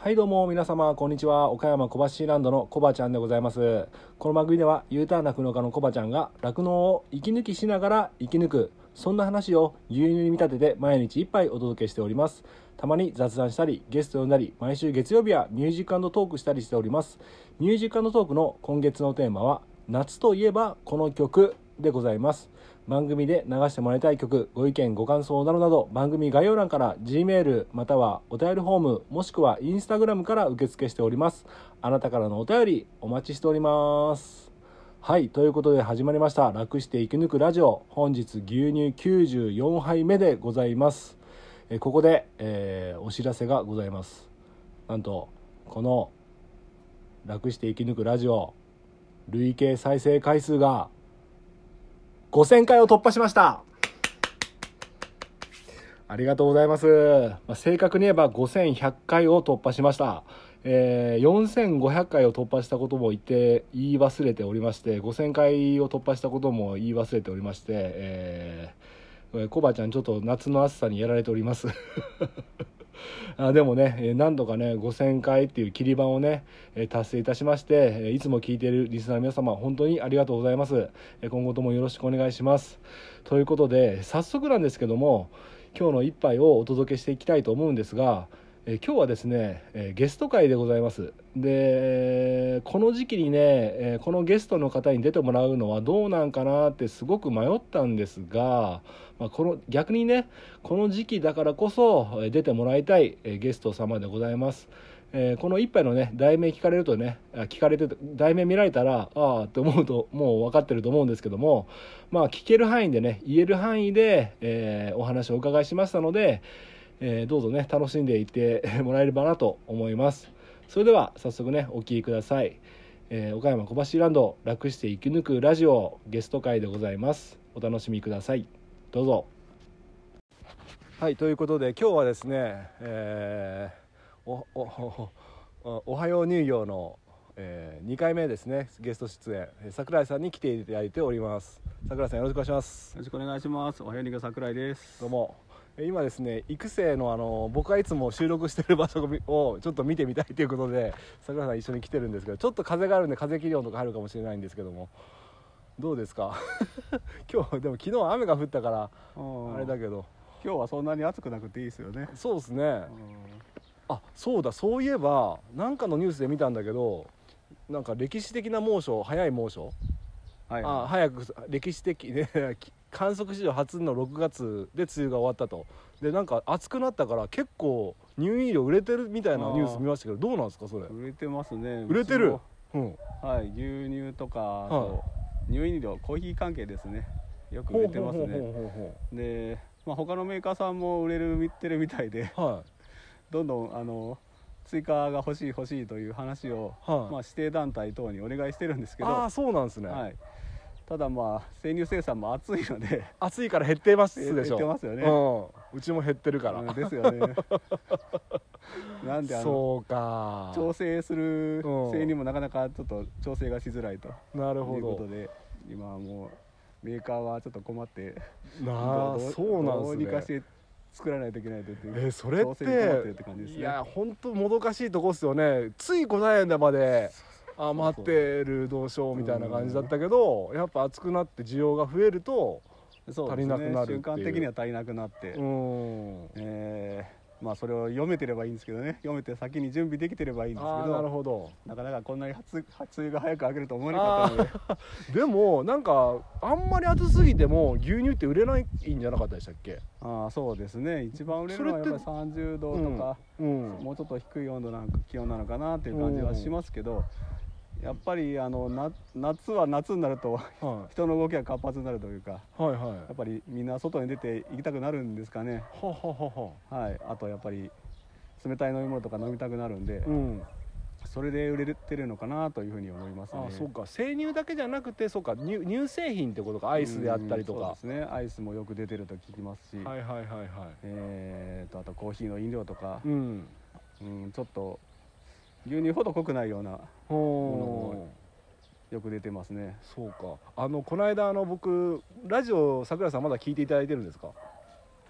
はいどうも皆様こんにちは。岡山小橋ランドのコバちゃんでございます。この番組では U ターン酪農家のコバちゃんが酪農を息抜きしながら生き抜く、そんな話を牛乳に見立てて毎日一杯お届けしております。たまに雑談したりゲストを呼んだり、毎週月曜日はミュージック&トークしたりしております。ミュージック&トークの今月のテーマは夏といえばこの曲でございます。番組で流してもらいたい曲、ご意見ご感想などなど、番組概要欄から G メールまたはお便りフォーム、もしくはインスタグラムから受付しております。あなたからのお便りお待ちしております。はい、ということで始まりました楽して生き抜くラジオ。本日牛乳94杯目でございます。ここで、お知らせがございます。なんとこの楽して生き抜くラジオ、累計再生回数が5000回を突破しました。ありがとうございます。正確に言えば5100回を突破しました。4500回を突破したことも言い忘れておりまして、5000回を突破したことも言い忘れておりまして、コバちゃんちょっと夏の暑さにやられておりますでもね、何度かね5000回っていう切り板をね達成いたしまして、いつも聞いているリスナーの皆様本当にありがとうございます。今後ともよろしくお願いします。ということで早速なんですけども、今日の一杯をお届けしていきたいと思うんですが、今日はですね、ゲスト会でございます。でこの時期にね、このゲストの方に出てもらうのはどうなんかなってすごく迷ったんですが、逆にねこの時期だからこそ出てもらいたいゲスト様でございます。この一杯のね題名聞かれるとね、聞かれて題名見られたらああって思うともう分かってると思うんですけども、聞ける範囲でね言える範囲で、お話をお伺いしましたので、どうぞね楽しんでいってもらえればなと思います。それでは早速ねお聞きください。岡山小橋ランド楽して生き抜くラジオゲスト会でございます。お楽しみください。どうぞ。はい、ということで今日はですね、おはよう乳業の、2回目ですね、ゲスト出演櫻井さんに来ていただいております。櫻井さんよろしくお願いします。 よろしくお願いします。おはよう乳業櫻井です。 どうも。今ですね育成の僕がいつも収録してる場所をちょっと見てみたいということで櫻井さん一緒に来てるんですけど、ちょっと風があるんで風切り音とか入るかもしれないんですけども、どうですか今日でも昨日雨が降ったからあれだけど今日はそんなに暑くなくていいですよね。 そうですね。そうだ、そういえばなんかのニュースで見たんだけど、なんか歴史的な猛暑、早い猛暑、早く歴史的ね観測史上初の6月で梅雨が終わったと。でなんか暑くなったから結構乳飲料売れてるみたいなニュース見ましたけど、どうなんですかそれ。 売れてますね。 売れてる。 はい、牛乳とか、乳飲料、コーヒー関係ですね、よく売れてますね。で、他のメーカーさんも売れてるみたいで、どんどん追加が欲しいという話を、指定団体等にお願いしてるんですけど。 そうなんですね。 ただ生乳生産も暑いので、 暑いから減ってますでしょ。 減ってますよね。 うちも減ってるから、 ですよねなんでそうか、 調整する生乳もなかなかちょっと調整がしづらいということで、今もうメーカーはちょっと困ってどうにかして作らないといけないという、 それっていや本当もどかしいとこですよね。ついこの間まで余ってるどうしようみたいな感じだったけど、やっぱ暑くなって需要が増えると足りなくなるっていう。 瞬間的には足りなくなって、それを読めてればいいんですけどね、読めて先に準備できてればいいんですけど、 なるほど、 なかなかこんなに梅雨が早く明けると思わなかったのででもなんかあんまり暑すぎても牛乳って売れないんじゃなかったでしたっけ。 そうですね、一番売れるのはやっぱり30度とか、もうちょっと低い気温なのかなっていう感じはしますけど、やっぱり夏は夏になると、人の動きが活発になるというか、やっぱりみんな外に出て行きたくなるんですかね。あとやっぱり冷たい飲み物とか飲みたくなるんで、それで売れてるのかなというふうに思いますね。 そうか、生乳だけじゃなくて、そうか、乳製品ってことか。アイスであったりとか。 そうですね、アイスもよく出てると聞きますし、あとコーヒーの飲料とか、ちょっと牛乳ほど濃くないようなものもよく出てますね。 そうか。この間僕ラジオ、桜井さんまだ聞いていただいてるんですか。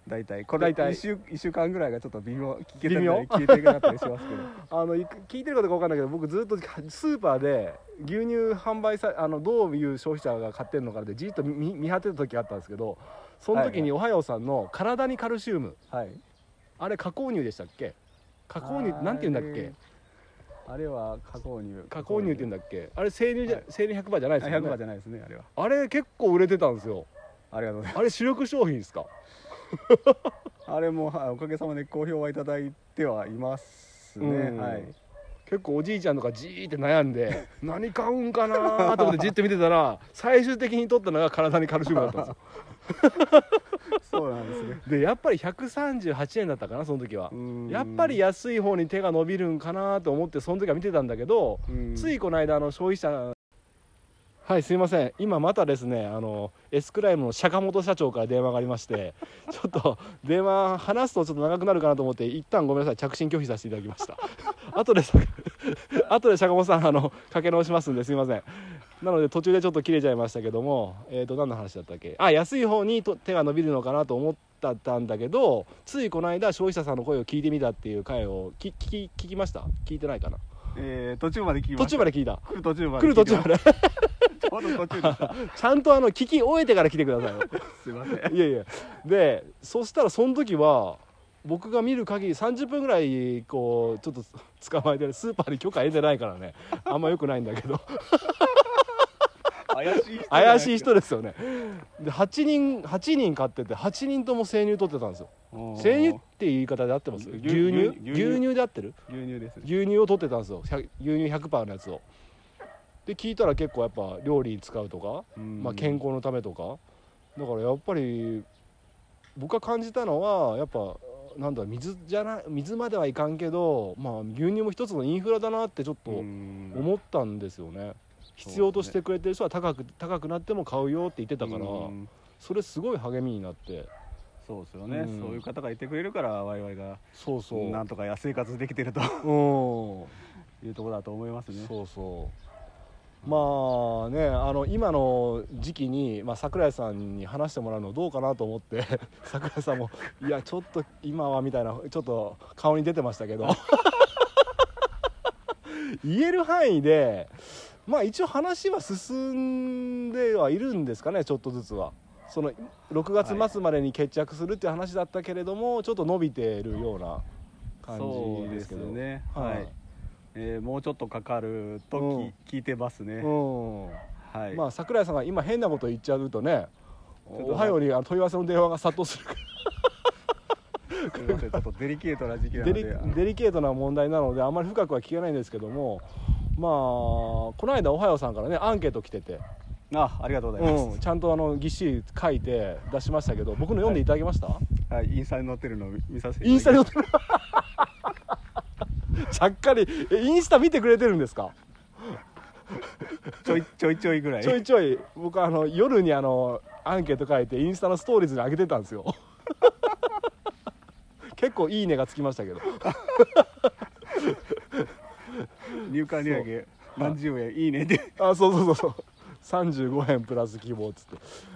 大体これ1週間ぐらいがちょっと聞けたり消えていかなったりしますけど聞いてるかどうか分かんないけど、僕ずっとスーパーで牛乳販売どういう消費者が買ってるのかでじっと見張ってた時があったんですけど、その時におはようさんの体にカルシウム、はい、あれ加工乳でしたっけ？加工乳なんて言うんだっけ？ あれは加工乳って言うんだっけ？あれ生乳 100% じゃないですよね。 100% じゃないですね。 あれ結構売れてたんですよ。 ありがとうございます。 あれ主力商品ですか？ あれも、おかげさまで好評はいただいてはいますね。はい。 結構おじいちゃんとかじーって悩んで何買うんかなと思ってじっと見てたら最終的に取ったのが体にカルシウムだったんですよ。 そうなんですね。 でやっぱり138円だったかな、その時は。やっぱり安い方に手が伸びるんかなと思ってその時は見てたんだけど、ついこの間消費者、はい、すいません、今またですねエスクライムの釈本社長から電話がありましてちょっと電話話すとちょっと長くなるかなと思って一旦ごめんなさい、着信拒否させていただきました。後で釈本さんかけ直しますんで、すいません。なので途中でちょっと切れちゃいましたけども、何の話だったっけ？安い方に手が伸びるのかなと思ったんだけど、ついこの間消費者さんの声を聞いてみたっていう回を聞きました？聞いてないかな？ 途中まで聞きました。 途中まで聞いた。 来る途中までちょうど途中でした。 ちゃんと聞き終えてから来てくださいよ。 すいません。 いやでそしたらその時は僕が見る限り30分ぐらいこうちょっと捕まえてスーパーに許可得てないからね、あんま良くないんだけど怪しい人ですよね。で8人買ってて8人とも生乳取ってたんですよ。生乳って言い方で合ってます？牛乳で合ってる？ 牛乳です。 牛乳を取ってたんですよ。牛乳 100% のやつを。で聞いたら結構やっぱ料理に使うとか、健康のためとかだからやっぱり僕が感じたのはやっぱなんだ水まではいかんけど、牛乳も一つのインフラだなってちょっと思ったんですよね。必要としてくれてる人は高くなっても買うよって言ってたから、それすごい励みになって。 そうですよね、そういう方がいてくれるから我々がなんとか生活できてるというところだと思いますね。 まあね、今の時期に、櫻井さんに話してもらうのどうかなと思って櫻井さんもいやちょっと今はみたいなちょっと顔に出てましたけど言える範囲で一応話は進んではいるんですかね。ちょっとずつはその6月末までに決着するっていう話だったけれども、ちょっと伸びてるような感じですけどね。もうちょっとかかると聞いてますね。 櫻井さんが今変なこと言っちゃうとね、おはように問い合わせの電話が殺到するちょっとデリケートな時期なのでデリケートな問題なのであんまり深くは聞けないんですけども、この間おはようさんからねアンケート来てて、 ありがとうございます。 ちゃんとぎっしり書いて出しましたけど、僕の読んでいただけました？ はい、インスタに載ってるのを見させていただきました。インスタに載ってるちゃっかりインスタ見てくれてるんですか？ ちょいぐらいちょい僕夜にアンケート書いてインスタのストーリーズに上げてたんですよ結構いいねがつきましたけど入荷値上げ何十円いいねでそう35円プラス希望っつって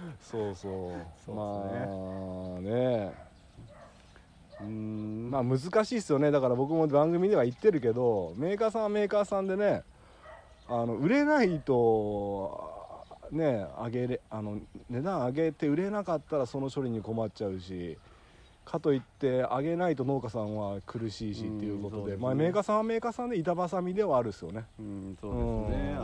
難しいですよね。だから僕も番組では言ってるけど、メーカーさんはメーカーさんでね、売れないとね値段上げて売れなかったらその処理に困っちゃうし、かといって上げないと農家さんは苦しいしっていうことで、メーカーさんはメーカーさんで板挟みではあるですよね。 そうですね。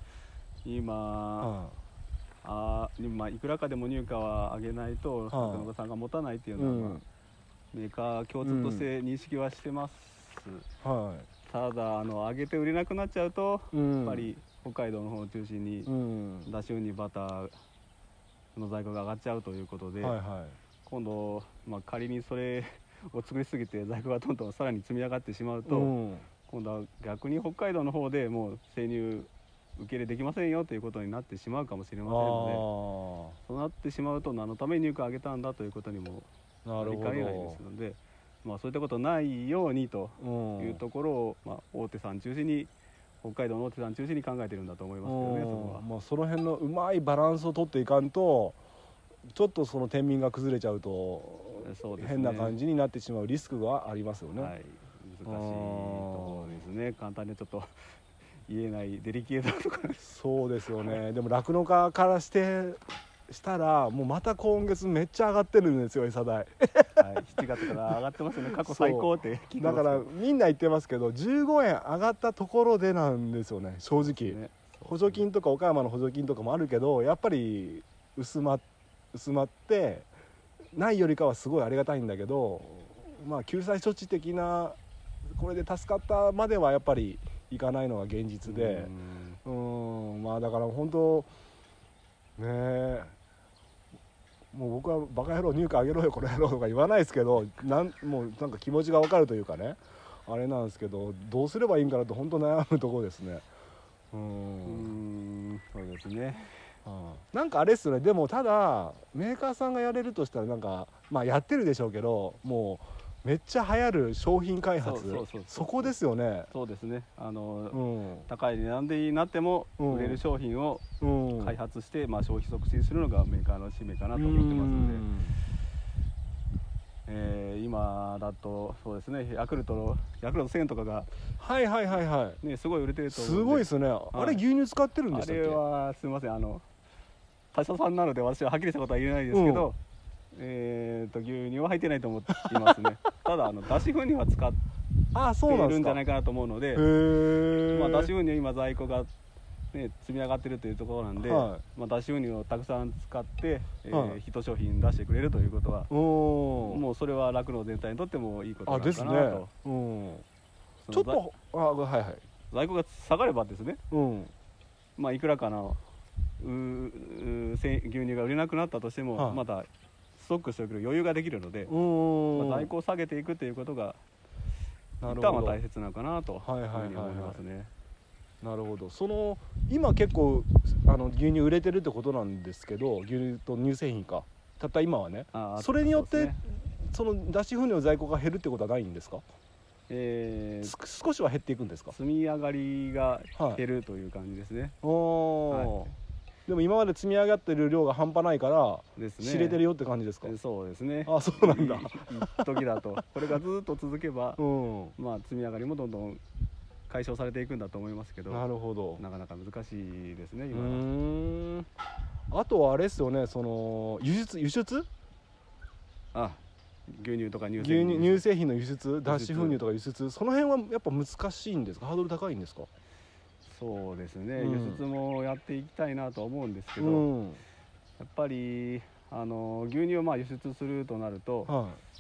今いくらかでも入荷は上げないと農家さんが持たないっていうのは、メーカー共通として認識はしてます。ただ上げて売れなくなっちゃうと、やっぱり北海道の方を中心に脱脂粉乳バターの在庫が上がっちゃうということで、今度、仮にそれを作りすぎて在庫がどんどんさらに積み上がってしまうと、今度は逆に北海道の方でもう生乳受け入れできませんよということになってしまうかもしれませんので、そうなってしまうと何のために入荷を上げたんだということにもなりかねないですので、そういったことないようにというところを、大手さん中心に北海道の大手さん中心に考えてるんだと思いますけどね。そこはその辺のうまいバランスを取っていかんと、ちょっとその天秤が崩れちゃうと変な感じになってしまうリスクがありますよね。 はい、難しいところですね。簡単にちょっと言えないデリケートとかそうですよね。でも酪農家からしたらもうまた今月めっちゃ上がってるんですよ、餌代。 はい、7月から上がってますよね。過去最高って聞いてます。 だからみんな言ってますけど、15円上がったところでなんですよね、正直ね。補助金とか岡山の補助金とかもあるけど、やっぱり薄まってないよりかはすごいありがたいんだけど、まあ救済措置的なこれで助かったまではやっぱりいかないのが現実で、まあだから本当ねえ、もう僕はバカ野郎入荷あげろよこの野郎とか言わないですけど、もうなんか気持ちが分かるというかね、あれなんですけど、どうすればいいんかなと本当悩むところですね。 そうですね。 なんかあれっすよね。でもただメーカーさんがやれるとしたら、なんかまあやってるでしょうけど、もうめっちゃ流行る商品開発、そこですよね。 そうですね。高い値段になっても売れる商品を開発して、まあ消費促進するのがメーカーの使命かなと思ってますので、今だとそうですね、ヤクルト1000とかがね、すごい売れてると思うんで。 すごいですね。あれ牛乳使ってるんでしたっけ？ あれはすみません、他社さんなので私ははっきりしたことは言えないですけど、牛乳は入ってないと思っていますね。ただ脱脂粉乳は使っているんじゃないかなと思うので、まあ、脱脂粉乳今在庫が、ね、積み上がってるというところなんで、まあ、脱脂粉乳をたくさん使って、ヒット商品出してくれるということは、もうそれは酪農全体にとってもいいことなのかなと。 ちょっと在庫が下がればですね、まあいくらかの牛乳が売れなくなったとしても、またストックしておける余裕ができるので、まあ、在庫を下げていくということが一旦は大切なのかなというふうに思いますね。 なるほど。今結構牛乳売れてるってことなんですけど、牛乳と乳製品か、たった今はね、それによってその脱脂粉乳の在庫が減るってことはないんですか？少しは減っていくんですか？ 積み上がりが減るという感じですね。 でも今まで積み上がってる量が半端ないから知れてるよって感じですか？ そうですね。 そうなんだ。 一時だとこれがずっと続けば、まあ積み上がりもどんどん解消されていくんだと思いますけど、 なるほど、 なかなか難しいですね今は。あとはあれですよね、その輸出牛乳とか乳製品の輸出、脱脂粉乳とか輸出、その辺はやっぱ難しいんですか？ハードル高いんですか？ そうですね、輸出もやっていきたいなとは思うんですけど、やっぱり牛乳をまあ輸出するとなると、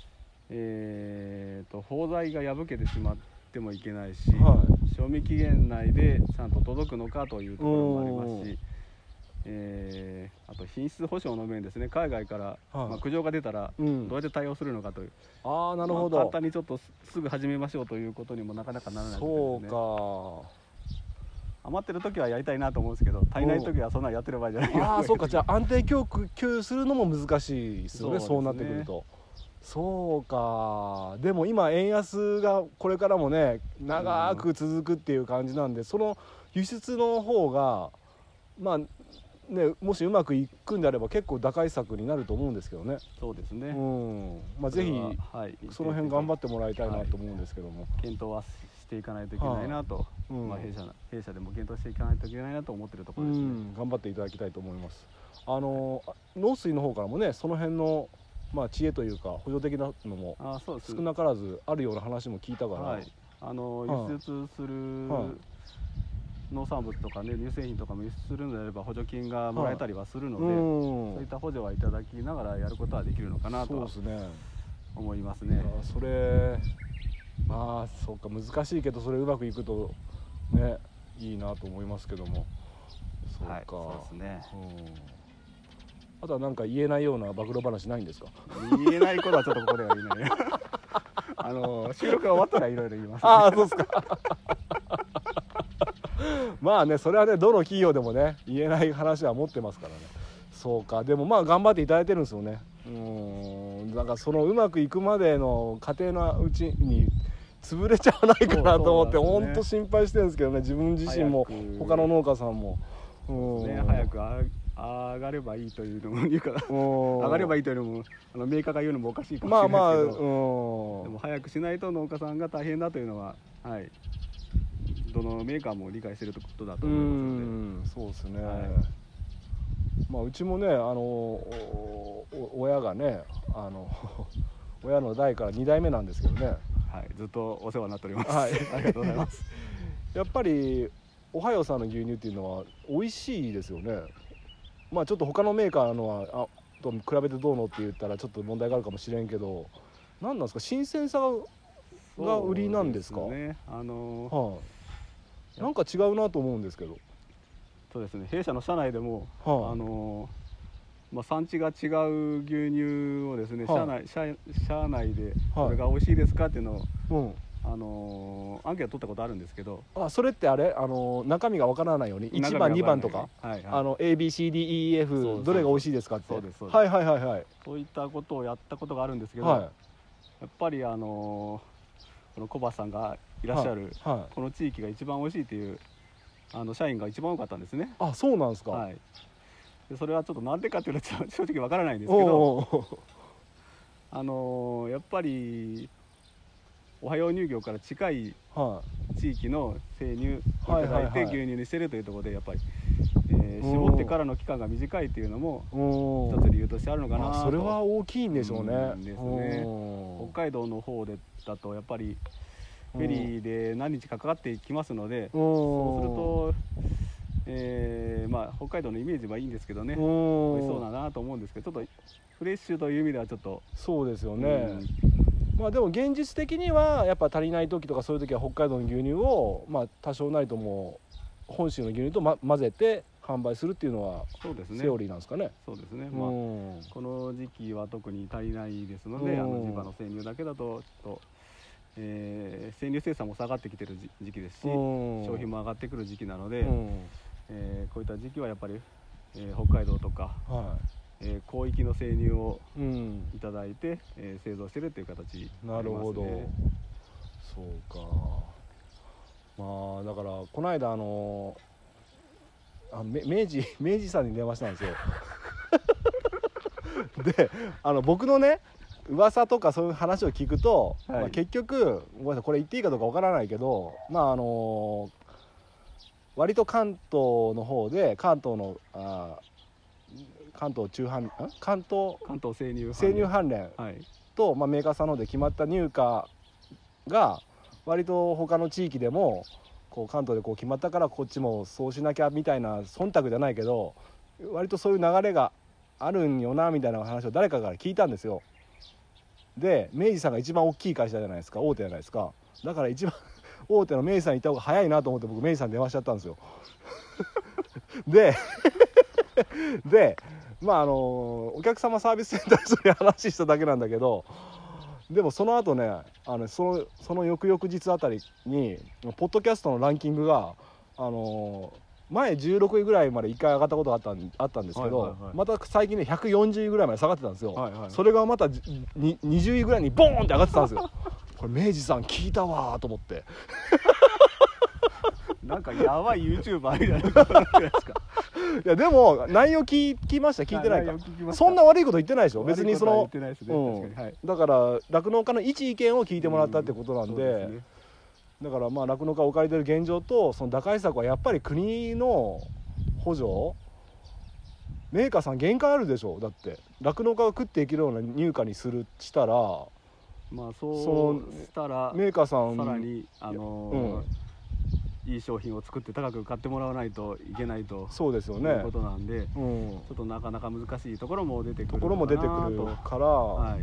包材が破けてしまってもいけないし、賞味期限内でちゃんと届くのかというところもありますし、あと品質保証の面ですね。海外から、苦情が出たらどうやって対応するのかという、 なるほど、 簡単にちょっとすぐ始めましょうということにもなかなかならないので、 そうか、 余ってる時はやりたいなと思うんですけど、足りない時はそんなにやってる場合じゃない。 そうか、じゃあ安定供給するのも難しいですよね。そうなってくると。そうか。でも今円安がこれからもね長く続くっていう感じなんで、その輸出の方がまあね、もしうまくいくんであれば結構打開策になると思うんですけどね。 そうですね。 まあぜひその辺頑張ってもらいたいなと思うんですけども、 検討はしていかないといけないなと、まあ弊社でも検討していかないといけないなと思ってるところですね。 頑張っていただきたいと思います。農水の方からもね、その辺のまあ知恵というか補助的なのも少なからずあるような話も聞いたから、 輸出する農産物とかね、乳製品とかも輸出するのであれば補助金がもらえたりはするので、そういった補助はいただきながらやることはできるのかなと思いますね。 それまあそうか、難しいけどそれうまくいくとねいいなと思いますけども。そうか、 そうですね。 あとは何か言えないような暴露話ないんですか？ 言えないことはちょっとここでは言えない収録が終わったらいろいろ言います、 そうですか。まあね、それはねどの企業でもね言えない話は持ってますからね。そうか。でもまあ頑張っていただいてるんですよね。なんかそのうまくいくまでの過程のうちに潰れちゃわないかなと思って本当心配してるんですけどね。自分自身も他の農家さんも早く上がればいいというのも言うから上がればいいというのもメーカーが言うのもおかしいかもしれないですけど、でも早くしないと農家さんが大変だというのは、はい、どのメーカーも理解していることだと思いますので。 そうですね、はい、まあ、うちもね親がね親の代から2代目なんですけどね、 はい、ずっとお世話になっております、 はい、 ありがとうございますやっぱりおはようさんの牛乳っていうのは美味しいですよね。まあちょっと他のメーカーのはと比べてどうのって言ったらちょっと問題があるかもしれんけど、何なんですか、新鮮さが売りなんですか。 ね、 なんか違うなと思うんですけど。 そうですね、弊社の社内でも、産地が違う牛乳をですね、社内でこれが美味しいですかっていうのを、アンケート取ったことあるんですけど、 それってあれ中身がわからないように1番2番とか、ABCDEF どれが美味しいですかって、 そうです、 はいはいはいはい、 そういったことをやったことがあるんですけど、やっぱりこのコバさんがいらっしゃるこの地域が一番美味しいという社員が一番多かったんですね。 あ、そうなんですか。 はい、でそれはちょっとなんでかっていうのは正直わからないんですけど、やっぱりおはよう乳業から近い地域の生乳をいただいて牛乳にしてるというところで、やっぱり、絞ってからの期間が短いっていうのも一つ理由としてあるのかなと。 それは大きいんでしょうね。 ですね。北海道の方でだとやっぱりフェリーで何日かかってきますので、そうすると、北海道のイメージはいいんですけどね、美味しそうだなと思うんですけど、ちょっとフレッシュという意味ではちょっとそうですよね。まあでも現実的にはやっぱ足りない時とかそういう時は北海道の牛乳を多少なりとも本州の牛乳と混ぜて販売するっていうのはセオリーなんですかね。 そうですね。この時期は特に足りないですので、地場の生乳だけだとちょっと、生乳生産も下がってきてる時期ですし、消費も上がってくる時期なので、こういった時期はやっぱり、北海道とか、広域の生乳をいただいて、製造してるっていう形になりますね。なるほど、 そうか。まあだからこの間明治さんに電話したんですよで僕のね噂とかそういう話を聞くと、結局ごめんなさい、これ言っていいかどうかわからないけど、割と関東の方で関東生乳関連と、メーカーさんの方で決まった入荷が割と他の地域でも関東で決まったからこっちもそうしなきゃみたいな忖度じゃないけど、割とそういう流れがあるんよなみたいな話を誰かから聞いたんですよ。で明治さんが一番大きい会社じゃないですか、大手じゃないですか。だから一番大手の明治さんに行った方が早いなと思って僕明治さんに電話しちゃったんですよでお客様サービスセンターにそれ話しただけなんだけど、でもその後ねその翌々日あたりにポッドキャストのランキングが前16位ぐらいまで1回上がったことがあったんですけど、また最近ね140位ぐらいまで下がってたんですよ。それがまた20位ぐらいにボーンって上がってたんですよこれ明治さん聞いたわと思ってなんかやばい YouTuber みたいなことですかいやでも内容聞きました？聞いてないか？そんな悪いこと言ってないでしょ別に。だから酪農家の一意見を聞いてもらったってことなんで、だから酪農家置かれてる現状とその打開策はやっぱり国の補助、メーカーさん限界あるでしょ。だって酪農家が食っていけるような入荷にしたら、 そうしたらメーカーさんさらにいい商品を作って高く買ってもらわないといけないと。そうですよね。いうことなんで、ちょっとなかなか難しいところも出てくるから、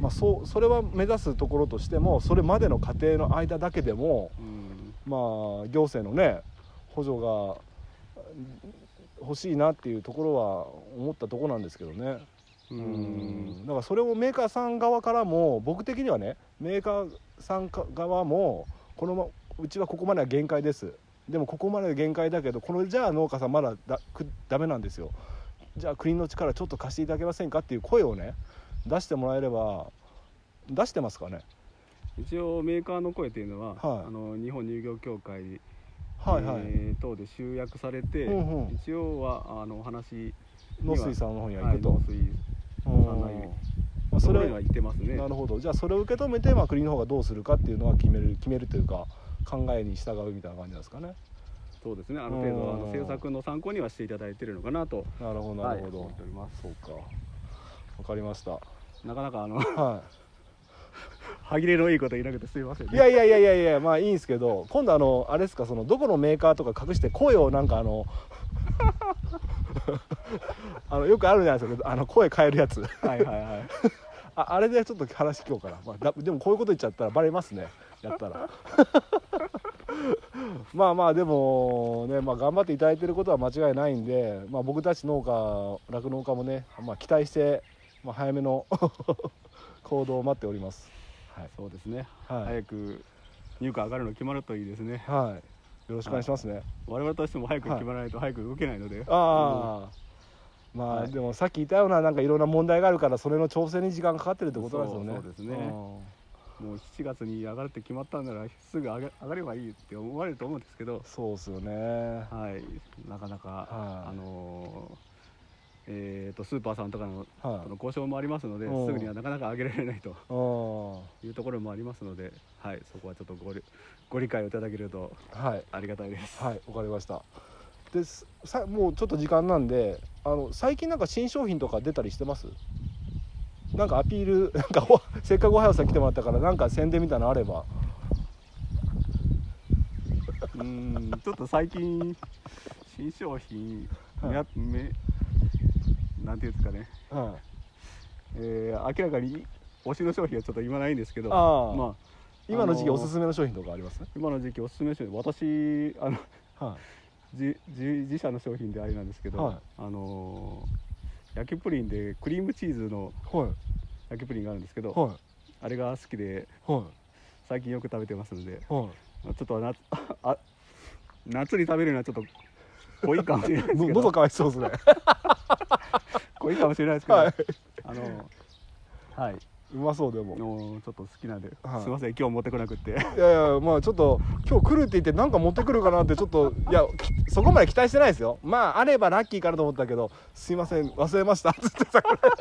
それは目指すところとしても、それまでの過程の間だけでも、行政のね補助が欲しいなっていうところは思ったところなんですけどね。だからそれをメーカーさん側からも、僕的にはねメーカーさん側もうちはここまでは限界です、でもここまで限界だけどじゃあ農家さんまだダメなんですよ、じゃあ国の力ちょっと貸していただけませんかっていう声をね出してもらえれば。出してますかね。 一応メーカーの声というのは、日本乳業協会等で集約されて、一応はお話農水さんの方には行くと、 農水さんがそれは言ってますね。 なるほど。じゃあそれを受け止めて、国の方がどうするかっていうのは決めるというか、考えに従うみたいな感じなんですかね。 そうですね、ある程度政策の参考にはしていただいているのかなと。 なるほどなるほど、 思っております。 そうか、わかりました。 なかなか歯切れのいいこと言いなくてすいませんね。 いやいいんですけど、今度あれですか、どこのメーカーとか隠して声をなんかよくあるじゃないですか、声変えるやつ。 はいあれでちょっと話聞こうかな。でもこういうこと言っちゃったらバレますね、やったら。でもね、頑張っていただいてることは間違いないんで、僕たち酪農家もね、期待して、早めの行動を待っております。 はい、そうですね、早く入荷上がるの決まるといいですね。 はい、よろしくお願いしますね。 我々としても早く決まらないと早く動けないので。 でもさっき言ったような、なんかいろんな問題があるから、それの調整に時間がかかってるってことなんですよね。 そうですね。もう7月に上がるって決まったんならすぐ上がればいいって思われると思うんですけど。 そうですよね。 はい、なかなか、スーパーさんとかの交渉もありますので、すぐにはなかなか上げられないというところもありますので、はい、そこはちょっとご理解をいただけるとありがたいです。 はい、わかりました。もうちょっと時間なんで、最近なんか新商品とか出たりしてます？なんかアピール、なんかせっかくおはようさん来てもらったから、なんか宣伝みたいなのあれば。 ちょっと最近新商品なんていうんですかね、明らかに推しの商品はちょっと言わないんですけど、 今の時期おすすめの商品とかあります？ 今の時期おすすめの商品、私自社の商品であれなんですけど、焼きプリンでクリームチーズの焼きプリンがあるんですけど、あれが好きで最近よく食べてますので、ちょっと夏に食べるのはちょっと濃いかもしれないですけど、 喉かわいそうですね。 濃いかもしれないですけど、 うまそう。でもちょっと好きなんで、すいません今日持ってこなくって。 いやちょっと今日来るって言ってなんか持ってくるかなってちょっと、そこまで期待してないですよ。あればラッキーかなと思ったけど、すいません忘れましたっつってさ、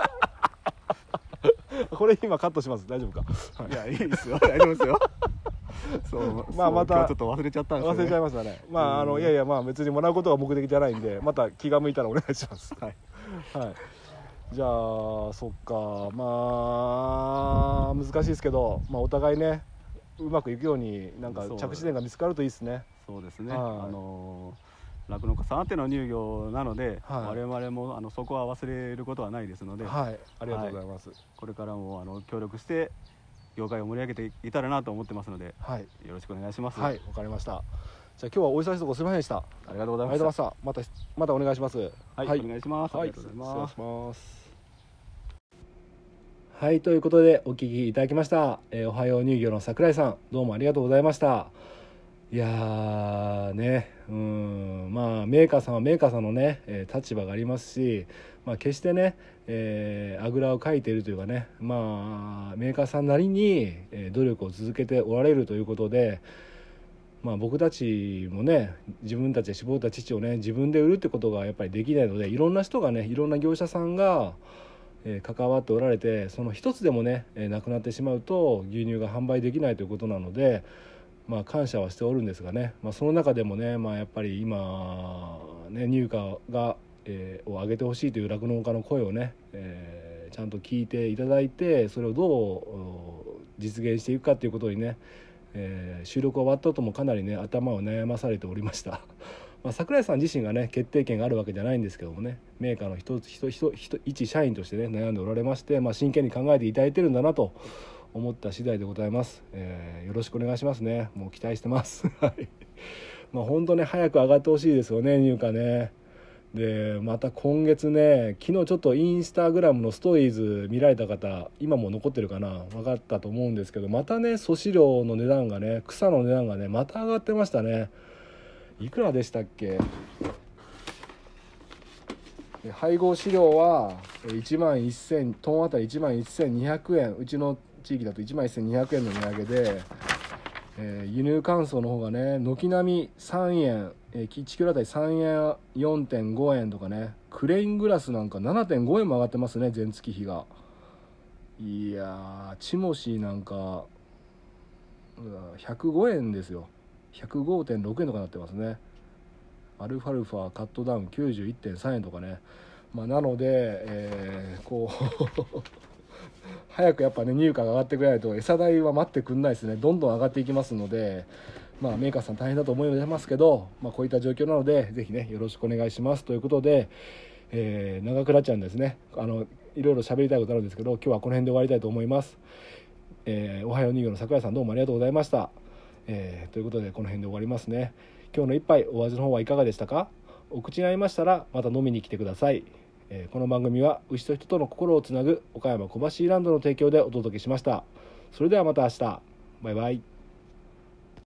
これ今カットします。大丈夫か？ いやいいですよ、大丈夫ですよ。またちょっと忘れちゃったんですよね。 忘れちゃいましたね。別にもらうことが目的じゃないんで、また気が向いたらお願いします。じゃあそっか、難しいですけど、お互いねうまくいくように、なんか着地点が見つかるといいですね。 そうですね。酪農家さんあっての乳業なので、我々もそこは忘れることはないですので、ありがとうございます。 これからも協力して業界を盛り上げていたらなと思ってますので、よろしくお願いします。 はい、わかりました。じゃあ今日はお忙しいところすみませんでした。 ありがとうございました。 またお願いします。 お願いします。 ありがとうございます。はい、ということでお聞きいただきました、おはよう乳業の桜井さん、どうもありがとうございました。いやーね、メーカーさんはメーカーさんのね、立場がありますし、決してね、あぐらをかいているというかね、メーカーさんなりに、努力を続けておられるということで、僕たちもね、自分たちで搾った乳をね自分で売るってことがやっぱりできないので、いろんな人がね、いろんな業者さんが関わっておられて、その一つでもねなくなってしまうと牛乳が販売できないということなので、感謝はしておるんですがね、その中でもね、やっぱり今ね乳価が、を上げてほしいという酪農家の声をね、ちゃんと聞いていただいて、それをどう実現していくかということにね、収録が終わった後もかなりね頭を悩まされておりました桜井さん自身がね決定権があるわけじゃないんですけどもね、メーカーの一社員としてね悩んでおられまして、真剣に考えていただいてるんだなと思った次第でございます。よろしくお願いしますね。もう期待してます本当ね早く上がってほしいですよね、乳価ね。でまた今月ね、昨日ちょっとインスタグラムのストーリーズ見られた方、今も残ってるかな、分かったと思うんですけど、またね粗飼料の値段がね、草の値段がねまた上がってましたね。いくらでしたっけ。配合飼料は1万1000トンあたり1万1200円、うちの地域だと1万1200円の値上げで、輸入乾燥の方がね軒並み3円、1キロあたり3円 4.5 円とかね、 クレイングラスなんか 7.5 円も上がってますね、全月比が。いやー、チモシーなんか105円ですよ。 105.6 円とかなってますね。アルファルファカットダウン 91.3 円とかね。なので、こう早くやっぱね入荷が上がってくれないと餌代は待ってくんないですね。どんどん上がっていきますので、メーカーさん大変だと思いますけど、こういった状況なのでぜひねよろしくお願いしますということで、長くなっちゃうんですね。いろいろ喋りたいことあるんですけど、今日はこの辺で終わりたいと思います。おはよう人形の桜井さん、どうもありがとうございました。ということでこの辺で終わりますね。今日の一杯お味の方はいかがでしたか？お口に合いましたらまた飲みに来てください。この番組は牛と人との心をつなぐ岡山小橋ランドの提供でお届けしました。それではまた明日。バイバイ。